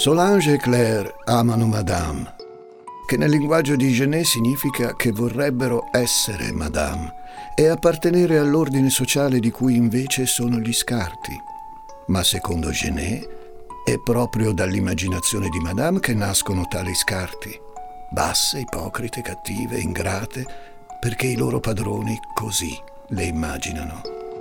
Solange e Claire amano Madame, che nel linguaggio di Genet significa che vorrebbero essere Madame e appartenere all'ordine sociale di cui invece sono gli scarti. Ma secondo Genet è proprio dall'immaginazione di Madame che nascono tali scarti, basse, ipocrite, cattive, ingrate, perché i loro padroni così le immaginano.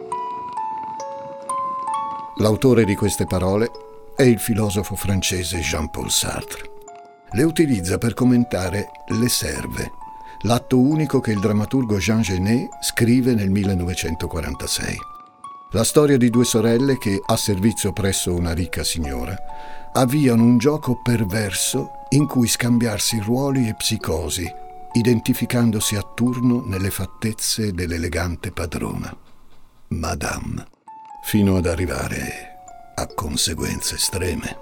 L'autore di queste parole è il filosofo francese Jean-Paul Sartre. Le utilizza per commentare Le Serve, l'atto unico che il drammaturgo Jean Genet scrive nel 1946. La storia di due sorelle che, a servizio presso una ricca signora, avviano un gioco perverso in cui scambiarsi ruoli e psicosi, identificandosi a turno nelle fattezze dell'elegante padrona, Madame, fino ad arrivare a conseguenze estreme.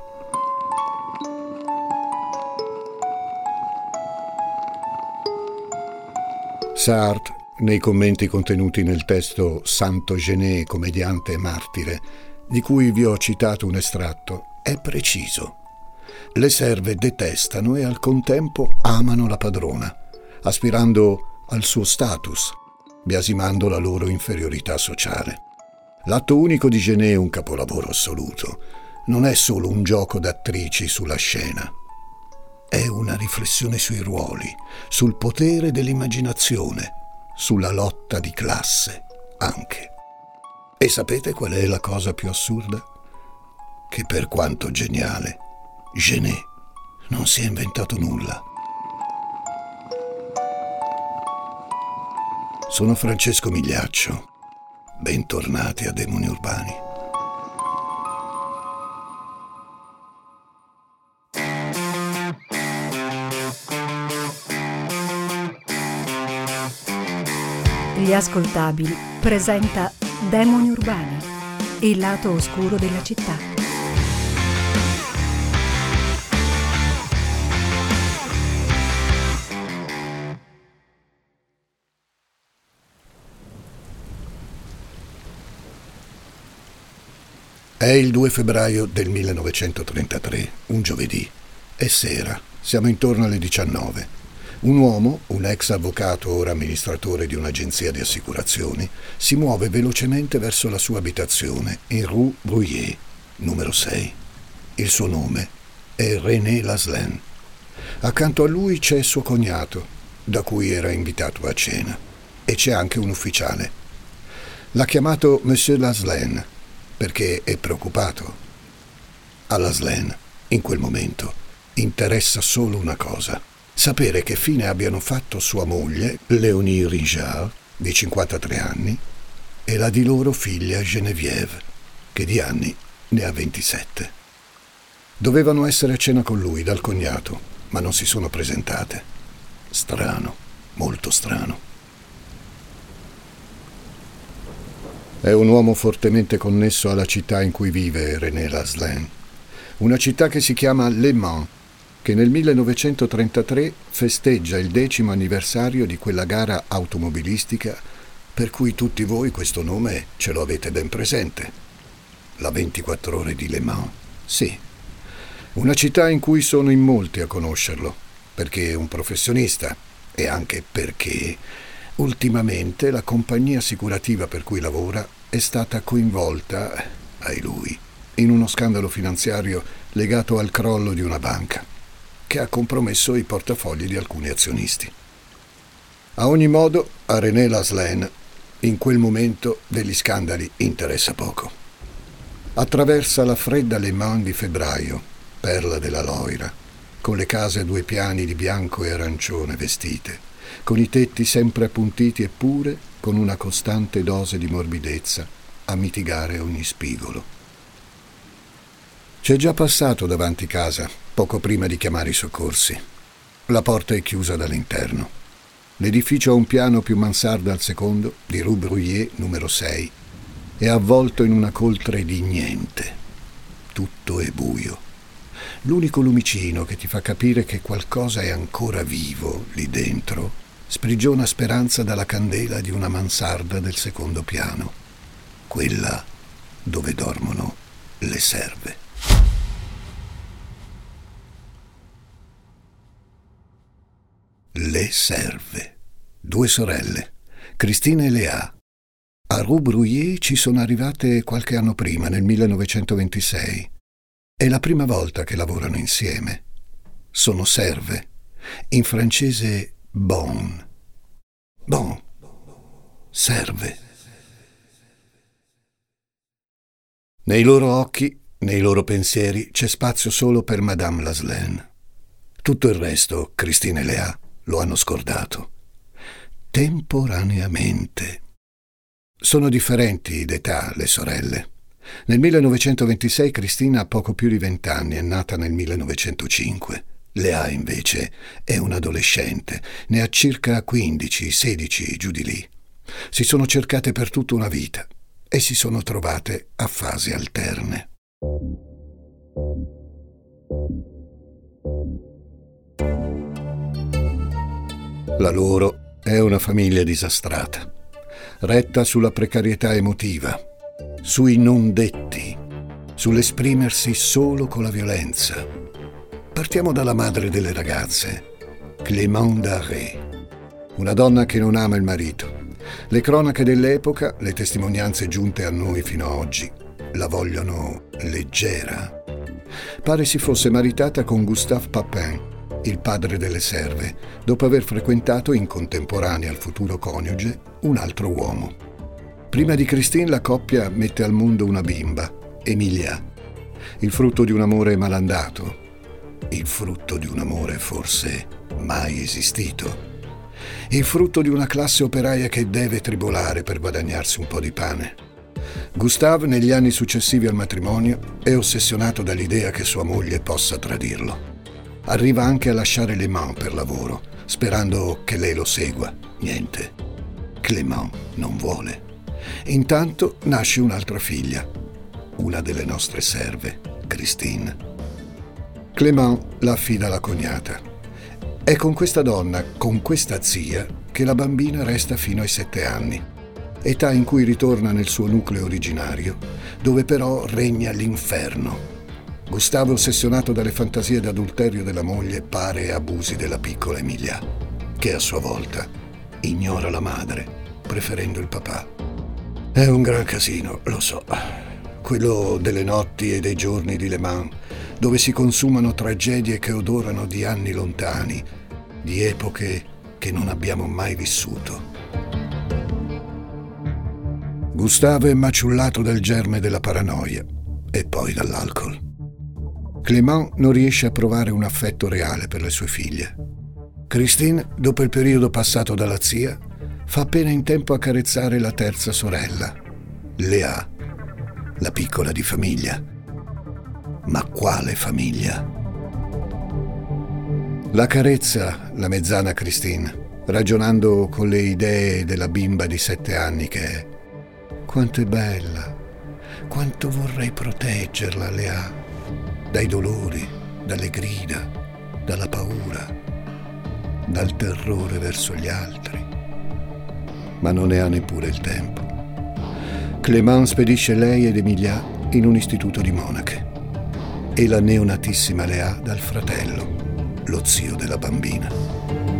Sartre, nei commenti contenuti nel testo Santo Genet, commediante e martire, di cui vi ho citato un estratto, è preciso. Le serve detestano e al contempo amano la padrona, aspirando al suo status, biasimando la loro inferiorità sociale. L'atto unico di Genet è un capolavoro assoluto. Non è solo un gioco d'attrici sulla scena. È una riflessione sui ruoli, sul potere dell'immaginazione, sulla lotta di classe anche. E sapete qual è la cosa più assurda? Che per quanto geniale, Genet non si è inventato nulla. Sono Francesco Migliaccio. Bentornati a Demoni Urbani. Gli Ascoltabili presenta Demoni Urbani, il lato oscuro della città. È il 2 febbraio del 1933, un giovedì. È sera, siamo intorno alle 19. Un uomo, un ex avvocato ora amministratore di un'agenzia di assicurazioni, si muove velocemente verso la sua abitazione in Rue Bruyère, numero 6. Il suo nome è René Laslen. Accanto a lui c'è suo cognato, da cui era invitato a cena, e c'è anche un ufficiale. L'ha chiamato Monsieur Laslen perché è preoccupato. A Laslen, in quel momento, interessa solo una cosa: sapere che fine abbiano fatto sua moglie, Léonie Rijard, di 53 anni, e la di loro figlia Geneviève, che di anni ne ha 27. Dovevano essere a cena con lui dal cognato, ma non si sono presentate. Strano, molto strano. È un uomo fortemente connesso alla città in cui vive René Laslen, una città che si chiama Le Mans, che nel 1933 festeggia il 10° anniversario di quella gara automobilistica per cui tutti voi questo nome ce lo avete ben presente. La 24 ore di Le Mans, sì. Una città in cui sono in molti a conoscerlo, perché è un professionista e anche perché ultimamente la compagnia assicurativa per cui lavora è stata coinvolta, ai lui, in uno scandalo finanziario legato al crollo di una banca, che ha compromesso i portafogli di alcuni azionisti. A ogni modo, a René Laslen, in quel momento degli scandali interessa poco. Attraversa la fredda Le Mans di febbraio, perla della Loira, con le case a 2 piani di bianco e arancione vestite, con i tetti sempre appuntiti eppure con una costante dose di morbidezza a mitigare ogni spigolo. C'è già passato davanti casa, poco prima di chiamare i soccorsi. La porta è chiusa dall'interno. L'edificio ha un piano più mansarda al secondo, di Rue Bruyère, numero 6, è avvolto in una coltre di niente. Tutto è buio. L'unico lumicino che ti fa capire che qualcosa è ancora vivo lì dentro sprigiona speranza dalla candela di una mansarda del secondo piano, quella dove dormono le serve. le serve. 2 sorelle, Christine e Léa. A Rue-Bruyère ci sono arrivate qualche anno prima, nel 1926. È la prima volta che lavorano insieme. Sono serve. In francese bon. Bon. Serve. Nei loro occhi, nei loro pensieri, c'è spazio solo per Madame Laslen. Tutto il resto, Christine e Léa, lo hanno scordato. Temporaneamente. Sono differenti d'età le sorelle. Nel 1926 Cristina ha poco più di 20 anni, è nata nel 1905. Léa invece è un'adolescente, ne ha circa 15, 16, giù di lì. Si sono cercate per tutta una vita e si sono trovate a fasi alterne. La loro è una famiglia disastrata, retta sulla precarietà emotiva, sui non detti, sull'esprimersi solo con la violenza. Partiamo dalla madre delle ragazze, Clément Darré, una donna che non ama il marito. Le cronache dell'epoca, le testimonianze giunte a noi fino ad oggi, la vogliono leggera. Pare si fosse maritata con Gustave Papin, il padre delle serve, dopo aver frequentato in contemporanea al futuro coniuge un altro uomo. Prima di Christine la coppia mette al mondo una bimba, Emilia, il frutto di un amore malandato, il frutto di un amore forse mai esistito, il frutto di una classe operaia che deve tribolare per guadagnarsi un po' di pane. Gustave, negli anni successivi al matrimonio, è ossessionato dall'idea che sua moglie possa tradirlo. Arriva anche a lasciare Le Mans per lavoro, sperando che lei lo segua. Niente. Clément non vuole. Intanto nasce un'altra figlia, una delle nostre serve, Christine. Clément la affida alla cognata. È con questa donna, con questa zia, che la bambina resta fino ai 7 anni, età in cui ritorna nel suo nucleo originario, dove però regna l'inferno. Gustavo, ossessionato dalle fantasie d'adulterio della moglie, pare abusi della piccola Emilia, che a sua volta ignora la madre, preferendo il papà. È un gran casino, lo so, quello delle notti e dei giorni di Le Mans, dove si consumano tragedie che odorano di anni lontani, di epoche che non abbiamo mai vissuto. Gustavo è maciullato dal germe della paranoia e poi dall'alcol. Clément non riesce a provare un affetto reale per le sue figlie. Christine, dopo il periodo passato dalla zia, fa appena in tempo a carezzare la terza sorella, Léa, la piccola di famiglia. Ma quale famiglia? La carezza la mezzana Christine, ragionando con le idee della bimba di 7 anni che è. Quanto è bella, quanto vorrei proteggerla, Léa, dai dolori, dalle grida, dalla paura, dal terrore verso gli altri. Ma non ne ha neppure il tempo. Clément spedisce lei ed Emilia in un istituto di monache e la neonatissima Léa dal fratello, lo zio della bambina.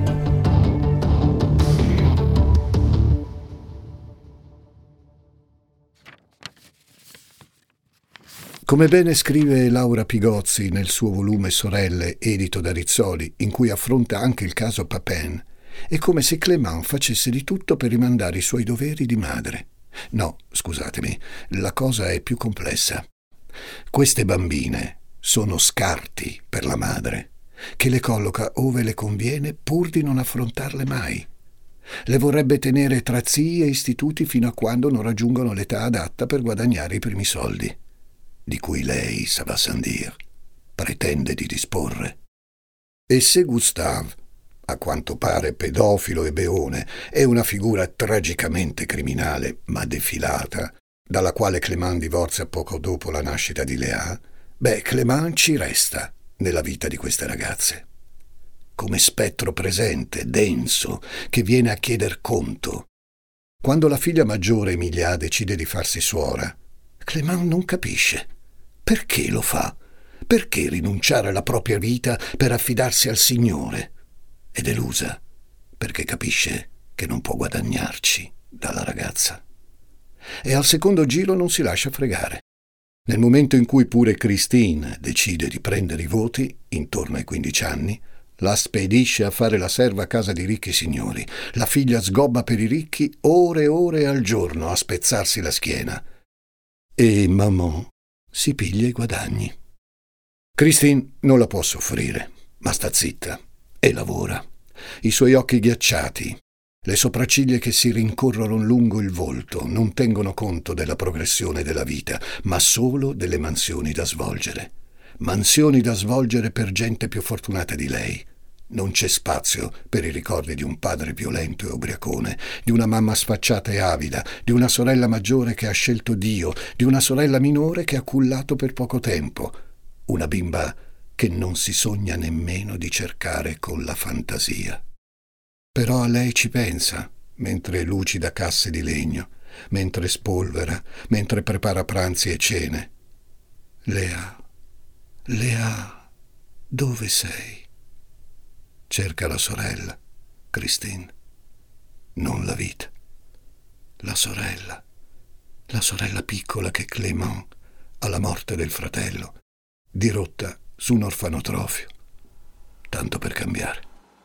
Come bene scrive Laura Pigozzi nel suo volume Sorelle, edito da Rizzoli, in cui affronta anche il caso Papin, è come se Clément facesse di tutto per rimandare i suoi doveri di madre. No, scusatemi, la cosa è più complessa. Queste bambine sono scarti per la madre, che le colloca ove le conviene pur di non affrontarle mai. Le vorrebbe tenere tra zii e istituti fino a quando non raggiungono l'età adatta per guadagnare i primi soldi, di cui lei, ça va sans dire, pretende di disporre. E se Gustave, a quanto pare pedofilo e beone, è una figura tragicamente criminale, ma defilata, dalla quale Clément divorzia poco dopo la nascita di Léa, Clément ci resta nella vita di queste ragazze, come spettro presente, denso, che viene a chieder conto. Quando la figlia maggiore, Emilia, decide di farsi suora, Clément non capisce. Perché lo fa? Perché rinunciare alla propria vita per affidarsi al Signore? È delusa, perché capisce che non può guadagnarci dalla ragazza. E al secondo giro non si lascia fregare. Nel momento in cui pure Christine decide di prendere i voti, intorno ai 15 anni, la spedisce a fare la serva a casa di ricchi signori. La figlia sgobba per i ricchi ore e ore al giorno a spezzarsi la schiena. E maman si piglia i guadagni. Christine non la può soffrire, ma sta zitta e lavora. I suoi occhi ghiacciati, le sopracciglia che si rincorrono lungo il volto, non tengono conto della progressione della vita, ma solo delle mansioni da svolgere. Mansioni da svolgere per gente più fortunata di lei. Non c'è spazio per i ricordi di un padre violento e ubriacone, di una mamma sfacciata e avida, di una sorella maggiore che ha scelto Dio, di una sorella minore che ha cullato per poco tempo. Una bimba che non si sogna nemmeno di cercare con la fantasia. Però a lei ci pensa, mentre lucida casse di legno, mentre spolvera, mentre prepara pranzi e cene. Lea, dove sei? Cerca la sorella, Christine, non la vita. La sorella piccola che Clément, alla morte del fratello, dirotta su un orfanotrofio, tanto per cambiare.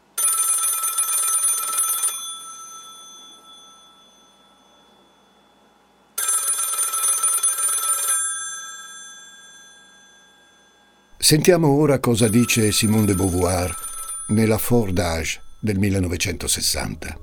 Sentiamo ora cosa dice Simone de Beauvoir nella Fort d'Age del 1960.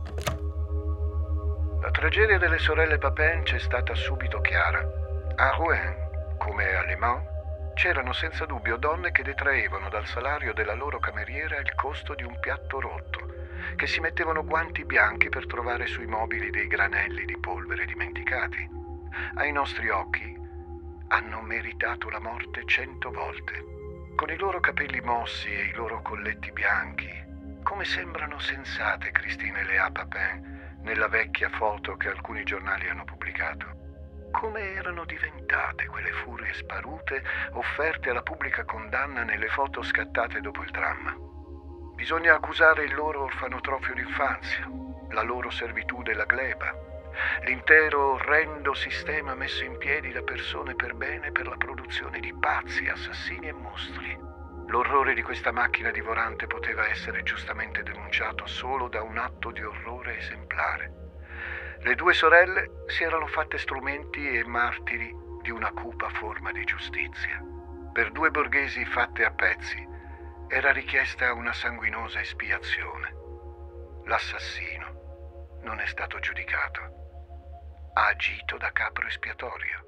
La tragedia delle sorelle Papin c'è stata subito chiara. A Rouen, come a Le Mans, c'erano senza dubbio donne che detraevano dal salario della loro cameriera il costo di un piatto rotto, che si mettevano guanti bianchi per trovare sui mobili dei granelli di polvere dimenticati. Ai nostri occhi hanno meritato la morte 100 volte. Con i loro capelli mossi e i loro colletti bianchi, come sembrano sensate Christine e Léa Papin nella vecchia foto che alcuni giornali hanno pubblicato. Come erano diventate quelle furie sparute offerte alla pubblica condanna nelle foto scattate dopo il dramma. Bisogna accusare il loro orfanotrofio d'infanzia, la loro servitù della gleba, l'intero orrendo sistema messo in piedi da persone per bene per la produzione di pazzi, assassini e mostri. L'orrore di questa macchina divorante poteva essere giustamente denunciato solo da un atto di orrore esemplare. Le due sorelle si erano fatte strumenti e martiri di una cupa forma di giustizia. Per due borghesi fatte a pezzi era richiesta una sanguinosa espiazione. L'assassino non è stato giudicato. Ha agito da capro espiatorio.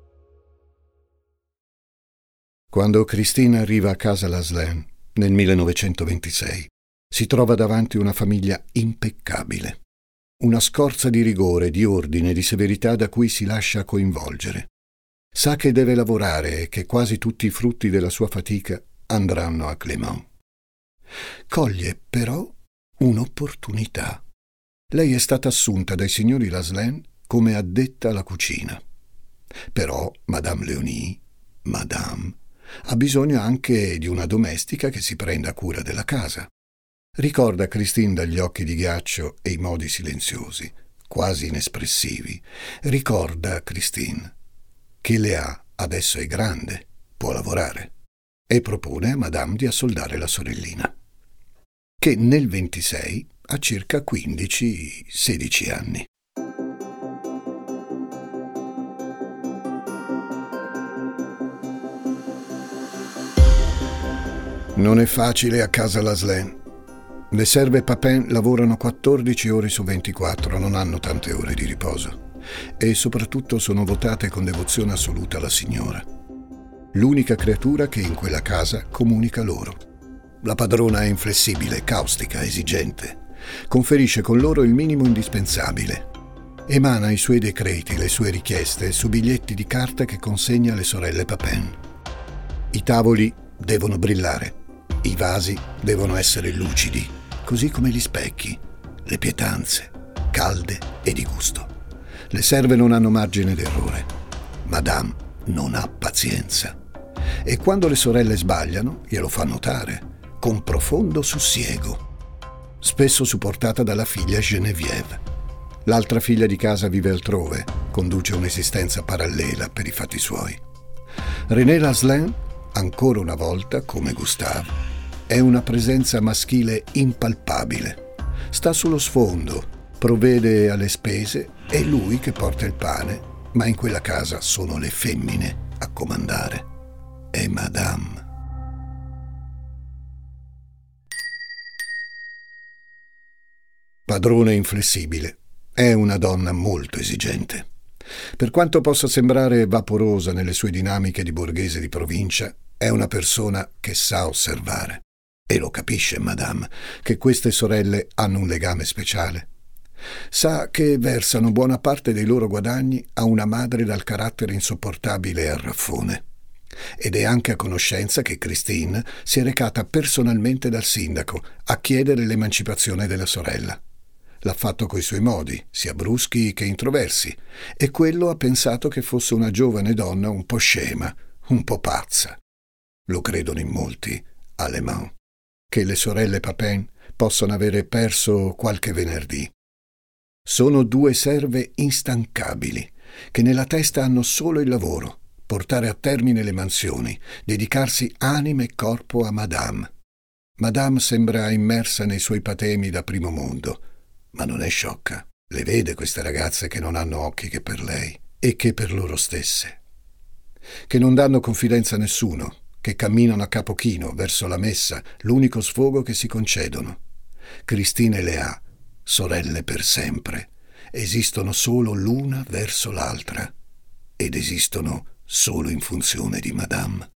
Quando Christine arriva a casa Laslen nel 1926, si trova davanti una famiglia impeccabile, una scorza di rigore, di ordine, di severità da cui si lascia coinvolgere. Sa che deve lavorare e che quasi tutti i frutti della sua fatica andranno a Clément. Coglie però un'opportunità. Lei è stata assunta dai signori Laslen come addetta alla cucina. Però Madame Léonie, ha bisogno anche di una domestica che si prenda cura della casa. Ricorda Christine dagli occhi di ghiaccio e i modi silenziosi, quasi inespressivi. Ricorda Christine che Léa adesso è grande, può lavorare, e propone a Madame di assoldare la sorellina, che nel 26 ha circa 15-16 anni. Non è facile a casa Laslen. Le serve Papin lavorano 14 ore su 24, non hanno tante ore di riposo e soprattutto sono votate con devozione assoluta alla signora, l'unica creatura che in quella casa comunica loro. La padrona è inflessibile, caustica, esigente. Conferisce con loro il minimo indispensabile. Emana i suoi decreti, le sue richieste su biglietti di carta che consegna alle sorelle Papin. I tavoli devono brillare. I vasi devono essere lucidi, così come gli specchi, le pietanze, calde e di gusto. Le serve non hanno margine d'errore. Madame non ha pazienza. E quando le sorelle sbagliano, glielo fa notare, con profondo sussiego. spesso supportata dalla figlia Geneviève. L'altra figlia di casa vive altrove, conduce un'esistenza parallela per i fatti suoi. René Lasselin, ancora una volta, come Gustave, è una presenza maschile impalpabile. Sta sullo sfondo, provvede alle spese, è lui che porta il pane, ma in quella casa sono le femmine a comandare. È Madame. Padrona inflessibile, è una donna molto esigente. Per quanto possa sembrare vaporosa nelle sue dinamiche di borghese di provincia, è una persona che sa osservare. E lo capisce Madame, che queste sorelle hanno un legame speciale. Sa che versano buona parte dei loro guadagni a una madre dal carattere insopportabile e arraffone. Ed è anche a conoscenza che Christine si è recata personalmente dal sindaco a chiedere l'emancipazione della sorella. L'ha fatto coi suoi modi, sia bruschi che introversi, e quello ha pensato che fosse una giovane donna un po' scema, un po' pazza. Lo credono in molti, a Le Mans, che le sorelle Papin possano avere perso qualche venerdì. Sono due serve instancabili, che nella testa hanno solo il lavoro, portare a termine le mansioni, dedicarsi anima e corpo a Madame. Madame sembra immersa nei suoi patemi da primo mondo, ma non è sciocca. Le vede queste ragazze che non hanno occhi che per lei e che per loro stesse, che non danno confidenza a nessuno, che camminano a capo chino verso la messa, l'unico sfogo che si concedono. Christine e Léa, sorelle per sempre, esistono solo l'una verso l'altra ed esistono solo in funzione di Madame.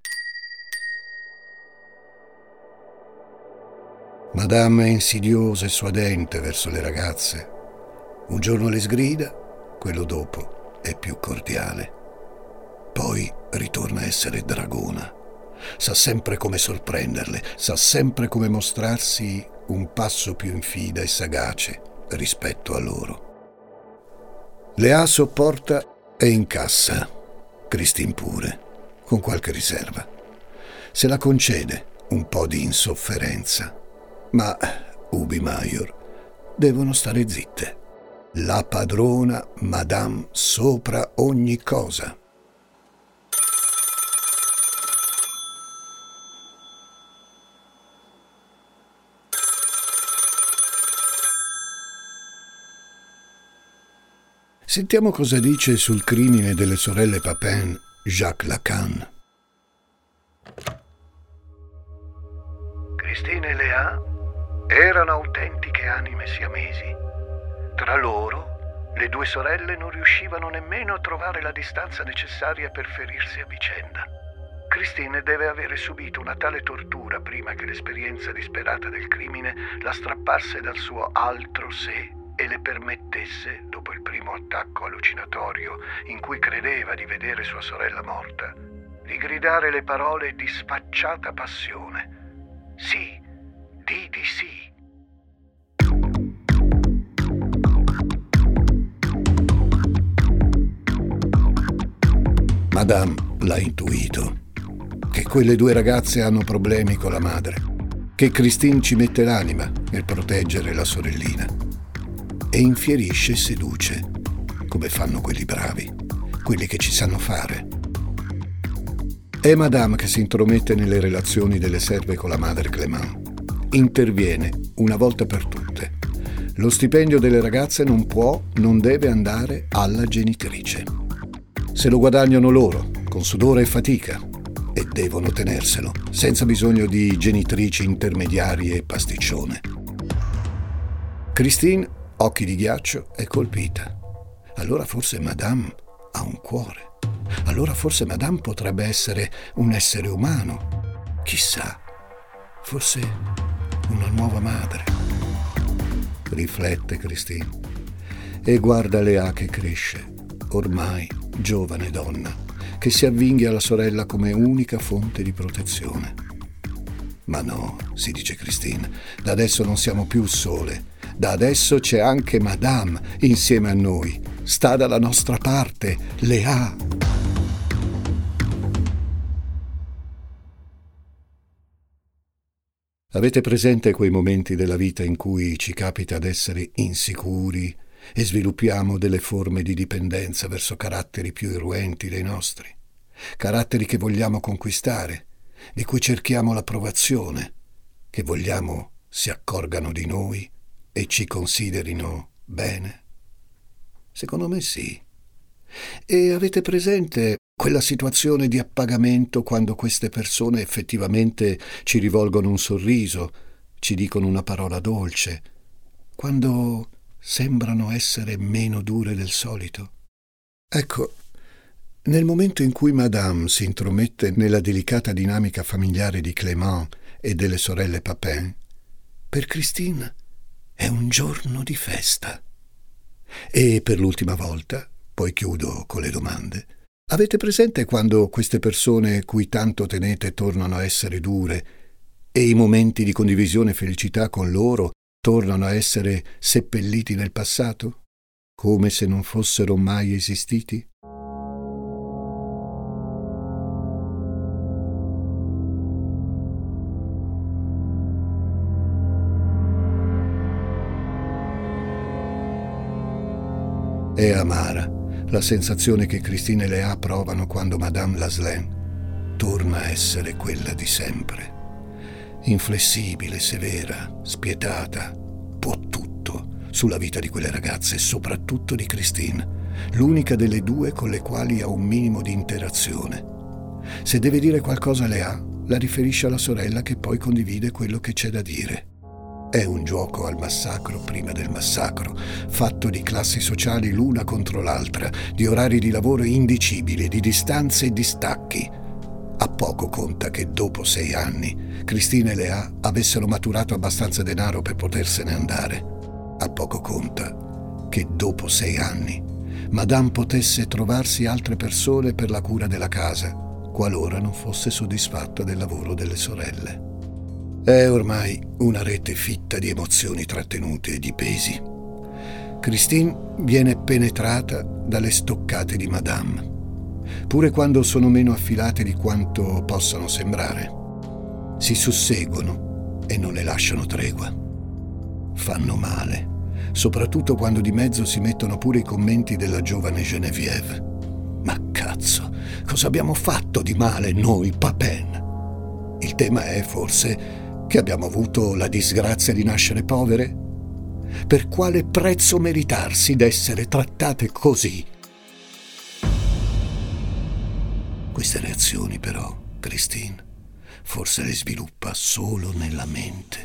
Madame è insidiosa e suadente verso le ragazze. Un giorno le sgrida, quello dopo è più cordiale. Poi ritorna a essere dragona. Sa sempre come sorprenderle, sa sempre come mostrarsi un passo più in fida e sagace rispetto a loro. Léa sopporta e incassa, Christine pure, con qualche riserva. Se la concede un po' di insofferenza. Ma ubi maior devono stare zitte. La padrona Madame sopra ogni cosa. Sentiamo cosa dice sul crimine delle sorelle Papin Jacques Lacan. Christine e Léa erano autentiche anime siamesi. Tra loro, le due sorelle non riuscivano nemmeno a trovare la distanza necessaria per ferirsi a vicenda. Christine deve avere subito una tale tortura prima che l'esperienza disperata del crimine la strappasse dal suo altro sé e le permettesse, dopo il primo attacco allucinatorio in cui credeva di vedere sua sorella morta, di gridare le parole di sfacciata passione. Sì, di sì. Madame l'ha intuito, che quelle due ragazze hanno problemi con la madre, che Christine ci mette l'anima nel proteggere la sorellina e infierisce e seduce, come fanno quelli bravi, quelli che ci sanno fare. È Madame che si intromette nelle relazioni delle serve con la madre Clément. Interviene una volta per tutte. Lo stipendio delle ragazze non deve andare alla genitrice. Se lo guadagnano loro, con sudore e fatica, e devono tenerselo, senza bisogno di genitrici intermediarie e pasticcione. Christine, occhi di ghiaccio, è colpita. Allora forse Madame ha un cuore. Allora forse Madame potrebbe essere un essere umano. Chissà, forse una nuova madre. Riflette Christine e guarda Léa che cresce, ormai giovane donna, che si avvinghia alla sorella come unica fonte di protezione. Ma no, si dice Christine, da adesso non siamo più sole. Da adesso c'è anche Madame insieme a noi. Sta dalla nostra parte, Léa. Avete presente quei momenti della vita in cui ci capita d'essere insicuri e sviluppiamo delle forme di dipendenza verso caratteri più irruenti dei nostri? Caratteri che vogliamo conquistare, di cui cerchiamo l'approvazione, che vogliamo si accorgano di noi e ci considerino bene? Secondo me sì. E avete presente quella situazione di appagamento quando queste persone effettivamente ci rivolgono un sorriso, ci dicono una parola dolce, quando sembrano essere meno dure del solito? Ecco, nel momento in cui Madame si intromette nella delicata dinamica familiare di Clément e delle sorelle Papin, per Christine è un giorno di festa. E per l'ultima volta, poi chiudo con le domande, avete presente quando queste persone cui tanto tenete tornano a essere dure e i momenti di condivisione e felicità con loro tornano a essere seppelliti nel passato, come se non fossero mai esistiti? È amara la sensazione che Christine e Léa provano quando Madame Laslène torna a essere quella di sempre. Inflessibile, severa, spietata, può tutto sulla vita di quelle ragazze e soprattutto di Christine, l'unica delle due con le quali ha un minimo di interazione. Se deve dire qualcosa a Léa, la riferisce alla sorella che poi condivide quello che c'è da dire. È un gioco al massacro prima del massacro, fatto di classi sociali l'una contro l'altra, di orari di lavoro indicibili, di distanze e distacchi. A poco conta che dopo 6 anni Christine e Léa avessero maturato abbastanza denaro per potersene andare. A poco conta che dopo 6 anni Madame potesse trovarsi altre persone per la cura della casa, qualora non fosse soddisfatta del lavoro delle sorelle. È ormai una rete fitta di emozioni trattenute e di pesi. Christine viene penetrata dalle stoccate di Madame, pure quando sono meno affilate di quanto possano sembrare. Si susseguono e non le lasciano tregua. Fanno male, soprattutto quando di mezzo si mettono pure i commenti della giovane Geneviève. Ma cazzo, cosa abbiamo fatto di male noi Papin? Il tema è forse che abbiamo avuto la disgrazia di nascere povere? Per quale prezzo meritarsi d'essere trattate così? Queste reazioni però, Christine, forse le sviluppa solo nella mente.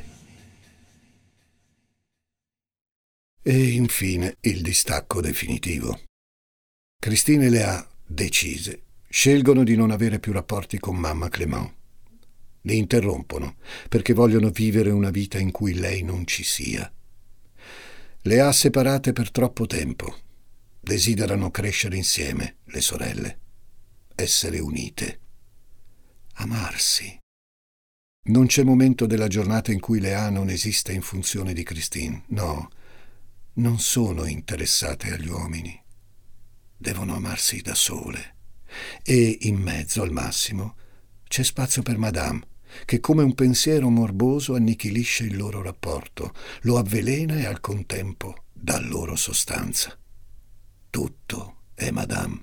E infine il distacco definitivo. Christine e Léa, decise, scelgono di non avere più rapporti con mamma Clément. Li interrompono perché vogliono vivere una vita in cui lei non ci sia. Le ha separate per troppo tempo. Desiderano crescere insieme, le sorelle. Essere unite. Amarsi. Non c'è momento della giornata in cui Léa non esiste in funzione di Christine. No, non sono interessate agli uomini. Devono amarsi da sole. E in mezzo, al massimo, c'è spazio per Madame, che come un pensiero morboso annichilisce il loro rapporto, lo avvelena e al contempo dà loro sostanza. Tutto è Madame.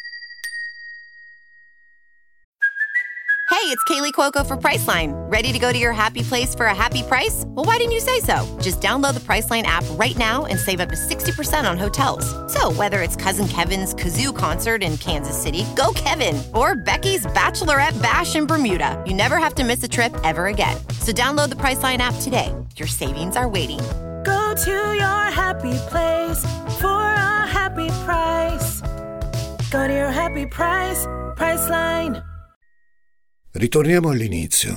Hey, it's Kaylee Cuoco for Priceline. Ready to go to your happy place for a happy price? Well, why didn't you say so? Just download the Priceline app right now and save up to 60% on hotels. So whether it's Cousin Kevin's Kazoo Concert in Kansas City, go Kevin, or Becky's Bachelorette Bash in Bermuda, you never have to miss a trip ever again. So download the Priceline app today. Your savings are waiting. Go to your happy place for a happy price. Go to your happy price, Priceline. Ritorniamo all'inizio.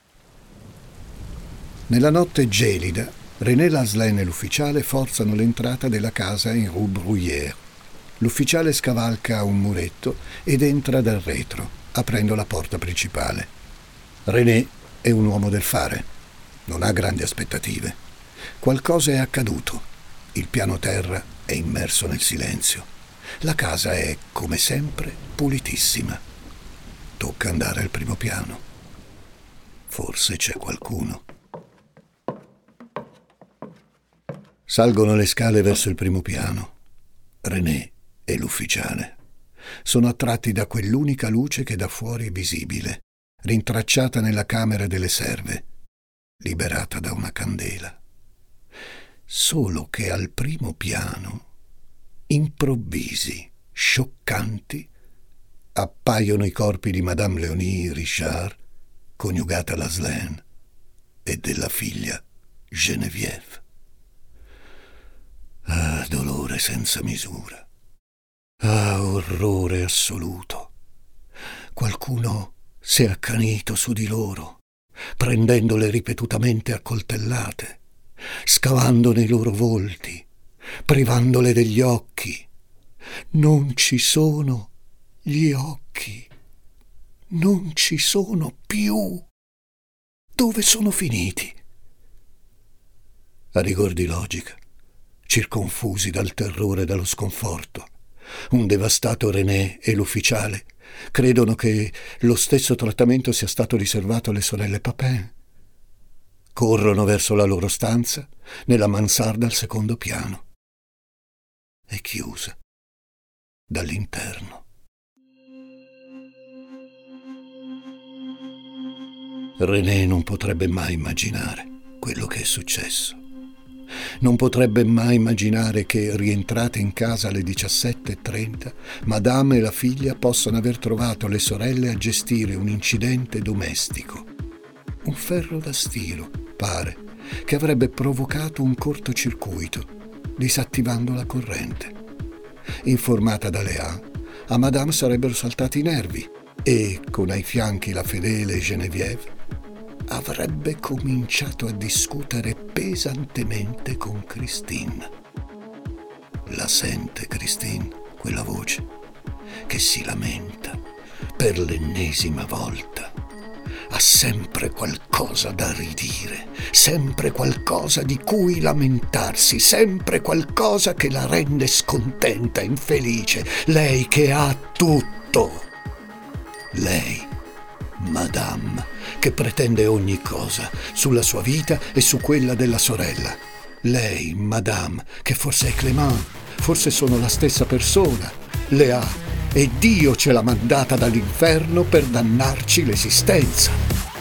Nella notte gelida, René Laslène e l'ufficiale forzano l'entrata della casa in Rue Bruyère. L'ufficiale scavalca un muretto ed entra dal retro, aprendo la porta principale. René è un uomo del fare. Non ha grandi aspettative. Qualcosa è accaduto. Il piano terra è immerso nel silenzio. La casa è, come sempre, pulitissima. Tocca andare al primo piano. Forse c'è qualcuno. Salgono le scale verso il primo piano. René e l'ufficiale sono attratti da quell'unica luce che da fuori è visibile, rintracciata nella camera delle serve, liberata da una candela. Solo che al primo piano, improvvisi, scioccanti, appaiono i corpi di Madame Léonie Richard, coniugata Laslen, e della figlia Geneviève. Ah, dolore senza misura. Ah, orrore assoluto. Qualcuno si è accanito su di loro, prendendole ripetutamente a coltellate, scavando nei loro volti, privandole degli occhi. Non ci sono gli occhi. Non ci sono più. Dove sono finiti? A rigor di logica, circonfusi dal terrore e dallo sconforto, un devastato René e l'ufficiale credono che lo stesso trattamento sia stato riservato alle sorelle Papin. Corrono verso la loro stanza, nella mansarda al secondo piano. È chiusa dall'interno. René non potrebbe mai immaginare quello che è successo. Non potrebbe mai immaginare che, rientrate in casa alle 17:30, Madame e la figlia possano aver trovato le sorelle a gestire un incidente domestico. Un ferro da stiro, pare, che avrebbe provocato un cortocircuito, disattivando la corrente. Informata da Léa, a Madame sarebbero saltati i nervi e, con ai fianchi la fedele Geneviève, avrebbe cominciato a discutere pesantemente con Christine. La sente Christine, quella voce, che si lamenta per l'ennesima volta. Ha sempre qualcosa da ridire, sempre qualcosa di cui lamentarsi, sempre qualcosa che la rende scontenta, infelice. Lei che ha tutto. Lei, Madame, che pretende ogni cosa sulla sua vita e su quella della sorella. Lei, Madame, che forse è Clément, forse sono la stessa persona. Le ha, e Dio ce l'ha mandata dall'inferno per dannarci l'esistenza.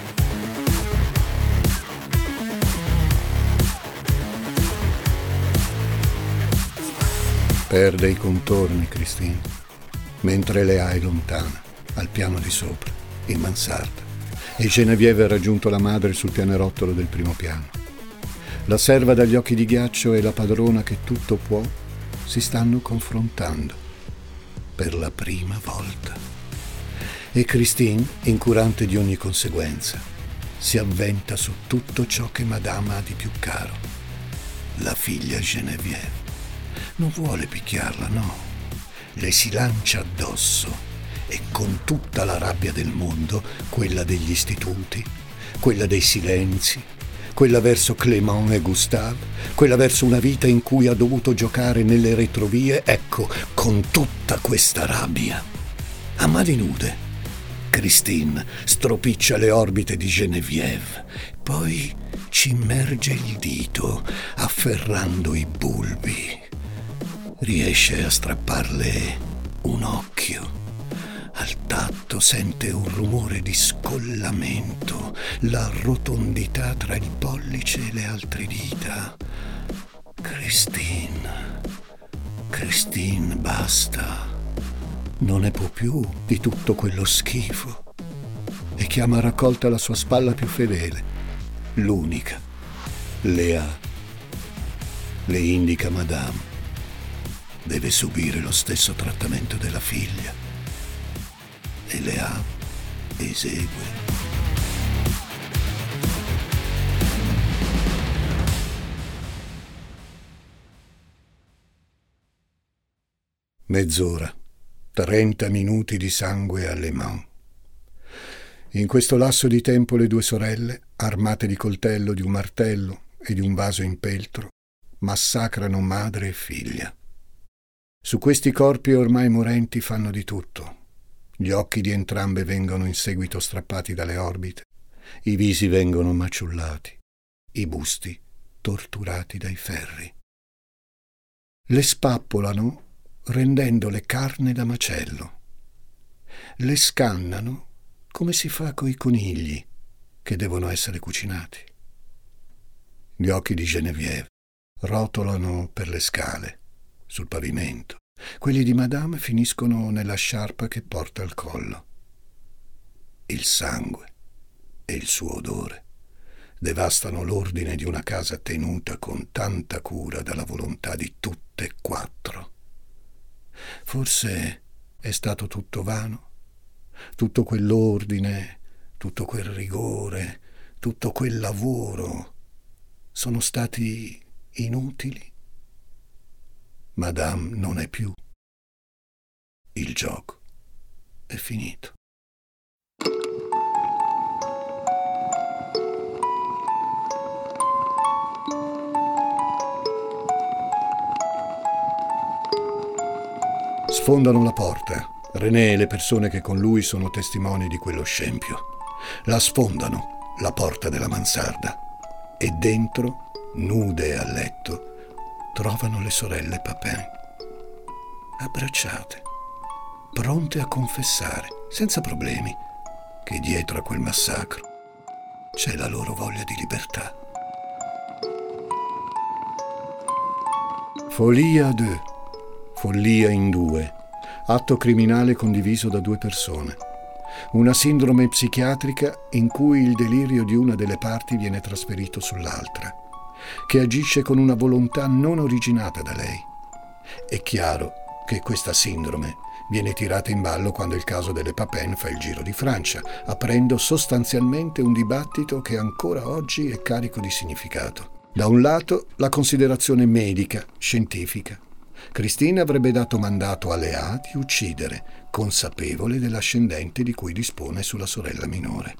Perde i contorni, Christine, mentre Léa è lontana, al piano di sopra, in mansarda, e Geneviève ha raggiunto la madre sul pianerottolo del primo piano. La serva dagli occhi di ghiaccio e la padrona che tutto può si stanno confrontando per la prima volta. E Christine, incurante di ogni conseguenza, si avventa su tutto ciò che Madame ha di più caro. La figlia Geneviève. Non vuole picchiarla, no. Le si lancia addosso e con tutta la rabbia del mondo, quella degli istituti, quella dei silenzi, quella verso Clément e Gustave, quella verso una vita in cui ha dovuto giocare nelle retrovie, ecco, con tutta questa rabbia. A mani nude, Christine stropiccia le orbite di Geneviève, poi ci immerge il dito, afferrando i bulbi. Riesce a strapparle un occhio. Al tatto sente un rumore di scollamento, la rotondità tra il pollice e le altre dita. Christine, basta. Non ne può più di tutto quello schifo. E chiama raccolta la sua spalla più fedele, l'unica, Léa. Le indica Madame. Deve subire lo stesso trattamento della figlia. E Léa esegue. Mezz'ora, 30 minuti di sangue a Le Mans. In questo lasso di tempo le due sorelle, armate di coltello, di un martello e di un vaso in peltro, massacrano madre e figlia. Su questi corpi ormai morenti fanno di tutto. Gli occhi di entrambe vengono in seguito strappati dalle orbite, i visi vengono maciullati, i busti torturati dai ferri. Le spappolano rendendole carne da macello. Le scannano come si fa coi conigli che devono essere cucinati. Gli occhi di Geneviève rotolano per le scale, sul pavimento. Quelli di Madame finiscono nella sciarpa che porta al collo. Il sangue e il suo odore devastano l'ordine di una casa tenuta con tanta cura dalla volontà di tutte e quattro. Forse è stato tutto vano? Tutto quell'ordine, tutto quel rigore, tutto quel lavoro sono stati inutili? Madame non è più. Il gioco è finito. Sfondano la porta. René e le persone che con lui sono testimoni di quello scempio. La sfondano, la porta della mansarda. E dentro, nude a letto, trovano le sorelle Papin, abbracciate, pronte a confessare, senza problemi, che dietro a quel massacro c'è la loro voglia di libertà. Folie à deux, follia in due, atto criminale condiviso da due persone. Una sindrome psichiatrica in cui il delirio di una delle parti viene trasferito sull'altra, che agisce con una volontà non originata da lei. È chiaro che questa sindrome viene tirata in ballo quando il caso delle Papin fa il giro di Francia, aprendo sostanzialmente un dibattito che ancora oggi è carico di significato. Da un lato, la considerazione medica, scientifica. Christine avrebbe dato mandato a Léa di uccidere, consapevole dell'ascendente di cui dispone sulla sorella minore.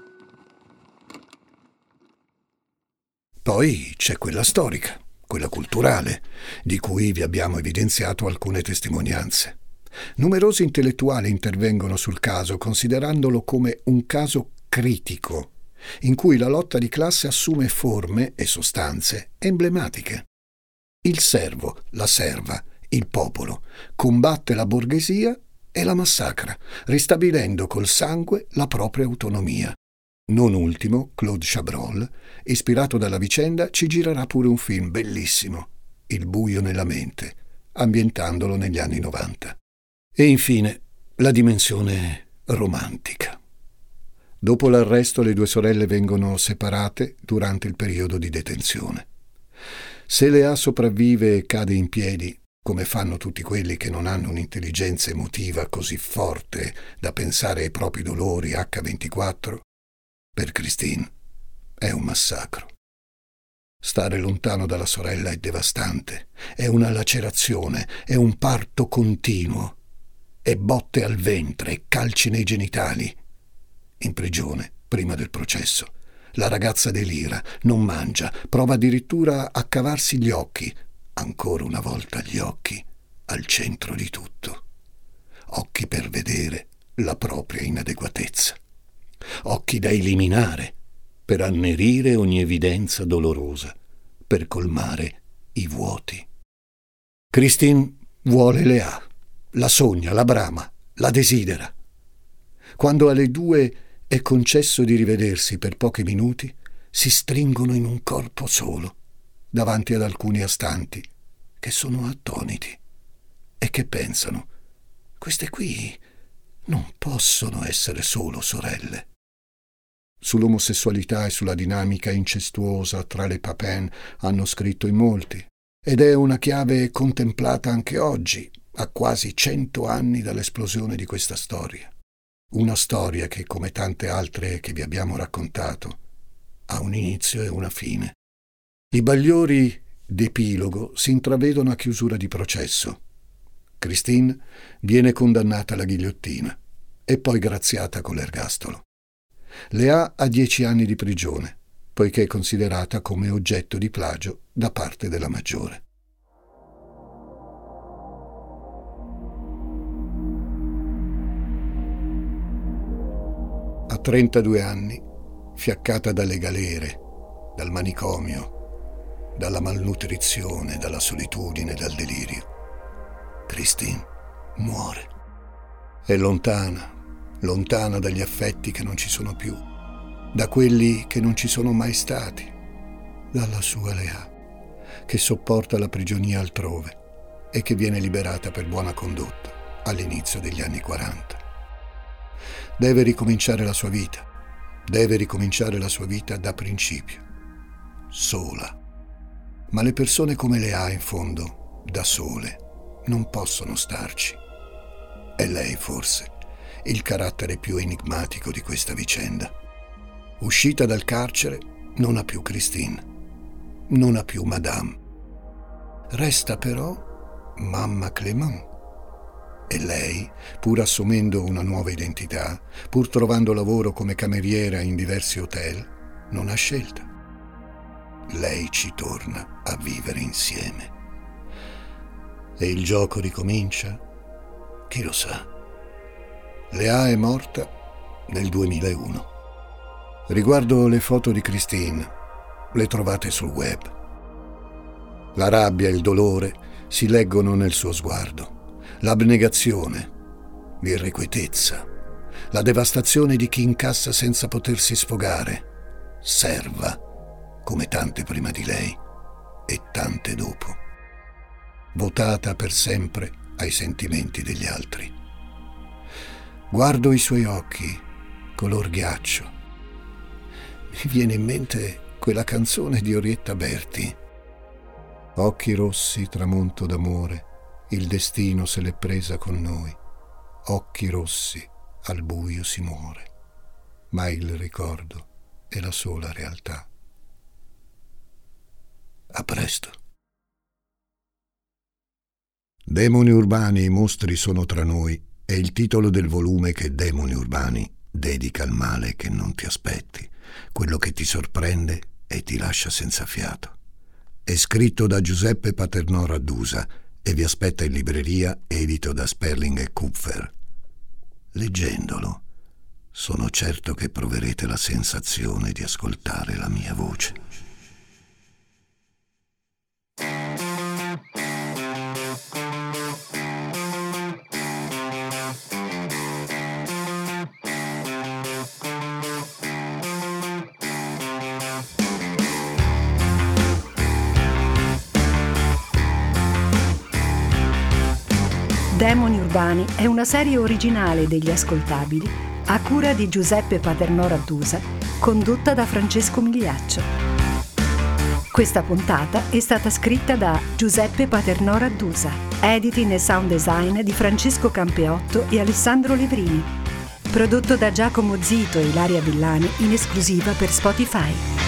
Poi c'è quella storica, quella culturale, di cui vi abbiamo evidenziato alcune testimonianze. Numerosi intellettuali intervengono sul caso, considerandolo come un caso critico, in cui la lotta di classe assume forme e sostanze emblematiche. Il servo, la serva, il popolo combatte la borghesia e la massacra, ristabilendo col sangue la propria autonomia. Non ultimo, Claude Chabrol, ispirato dalla vicenda, ci girerà pure un film bellissimo, Il buio nella mente, ambientandolo negli anni 90. E infine, la dimensione romantica. Dopo l'arresto, le due sorelle vengono separate durante il periodo di detenzione. Se Léa sopravvive e cade in piedi, come fanno tutti quelli che non hanno un'intelligenza emotiva così forte da pensare ai propri dolori H24, per Christine è un massacro. Stare lontano dalla sorella è devastante, è una lacerazione, è un parto continuo, è botte al ventre e calci nei genitali. In prigione, prima del processo, la ragazza delira, non mangia, prova addirittura a cavarsi gli occhi, ancora una volta gli occhi al centro di tutto. Occhi per vedere la propria inadeguatezza. Occhi da eliminare, per annerire ogni evidenza dolorosa, per colmare i vuoti. Christine vuole Léa, la sogna, la brama, la desidera. Quando alle due è concesso di rivedersi per pochi minuti, si stringono in un corpo solo, davanti ad alcuni astanti che sono attoniti e che pensano: queste qui non possono essere solo sorelle. Sull'omosessualità e sulla dinamica incestuosa tra le Papin hanno scritto in molti, ed è una chiave contemplata anche oggi, a quasi 100 anni dall'esplosione di questa storia. Una storia che, come tante altre che vi abbiamo raccontato, ha un inizio e una fine. I bagliori d'epilogo si intravedono a chiusura di processo. Christine viene condannata alla ghigliottina e poi graziata con l'ergastolo. Léa ha 10 anni di prigione, poiché è considerata come oggetto di plagio da parte della maggiore. A 32 anni, fiaccata dalle galere, dal manicomio, dalla malnutrizione, dalla solitudine, dal delirio. Christine muore. È lontana, lontana dagli affetti che non ci sono più, da quelli che non ci sono mai stati, dalla sua Lea, che sopporta la prigionia altrove e che viene liberata per buona condotta all'inizio degli anni 40. Deve ricominciare la sua vita, da principio, sola. Ma le persone come Lea, in fondo, da sole, non possono starci. È lei, forse, il carattere più enigmatico di questa vicenda. Uscita dal carcere, non ha più Christine, non ha più Madame. Resta però Mamma Clément. E lei, pur assumendo una nuova identità, pur trovando lavoro come cameriera in diversi hotel, non ha scelta. Lei ci torna a vivere insieme. E il gioco ricomincia? Chi lo sa? Lea è morta nel 2001. Riguardo le foto di Christine, le trovate sul web. La rabbia e il dolore si leggono nel suo sguardo. L'abnegazione, l'irrequietezza, la devastazione di chi incassa senza potersi sfogare, serva, come tante prima di lei e tante dopo, votata per sempre ai sentimenti degli altri. Guardo i suoi occhi, color ghiaccio. Mi viene in mente quella canzone di Orietta Berti. Occhi rossi, tramonto d'amore, il destino se l'è presa con noi. Occhi rossi, al buio si muore, ma il ricordo è la sola realtà. A presto. Demoni urbani, i mostri sono tra noi, è il titolo del volume che Demoni urbani dedica al male che non ti aspetti, quello che ti sorprende e ti lascia senza fiato. È scritto da Giuseppe Paternò Raddusa e vi aspetta in libreria, edito da Sperling e Kupfer. Leggendolo, sono certo che proverete la sensazione di ascoltare la mia voce. Demoni urbani è una serie originale degli Ascoltabili a cura di Giuseppe Paternò Raddusa, condotta da Francesco Migliaccio. Questa puntata è stata scritta da Giuseppe Paternò Raddusa, editing e sound design di Francesco Campeotto e Alessandro Levrini, prodotto da Giacomo Zito e Ilaria Villani in esclusiva per Spotify.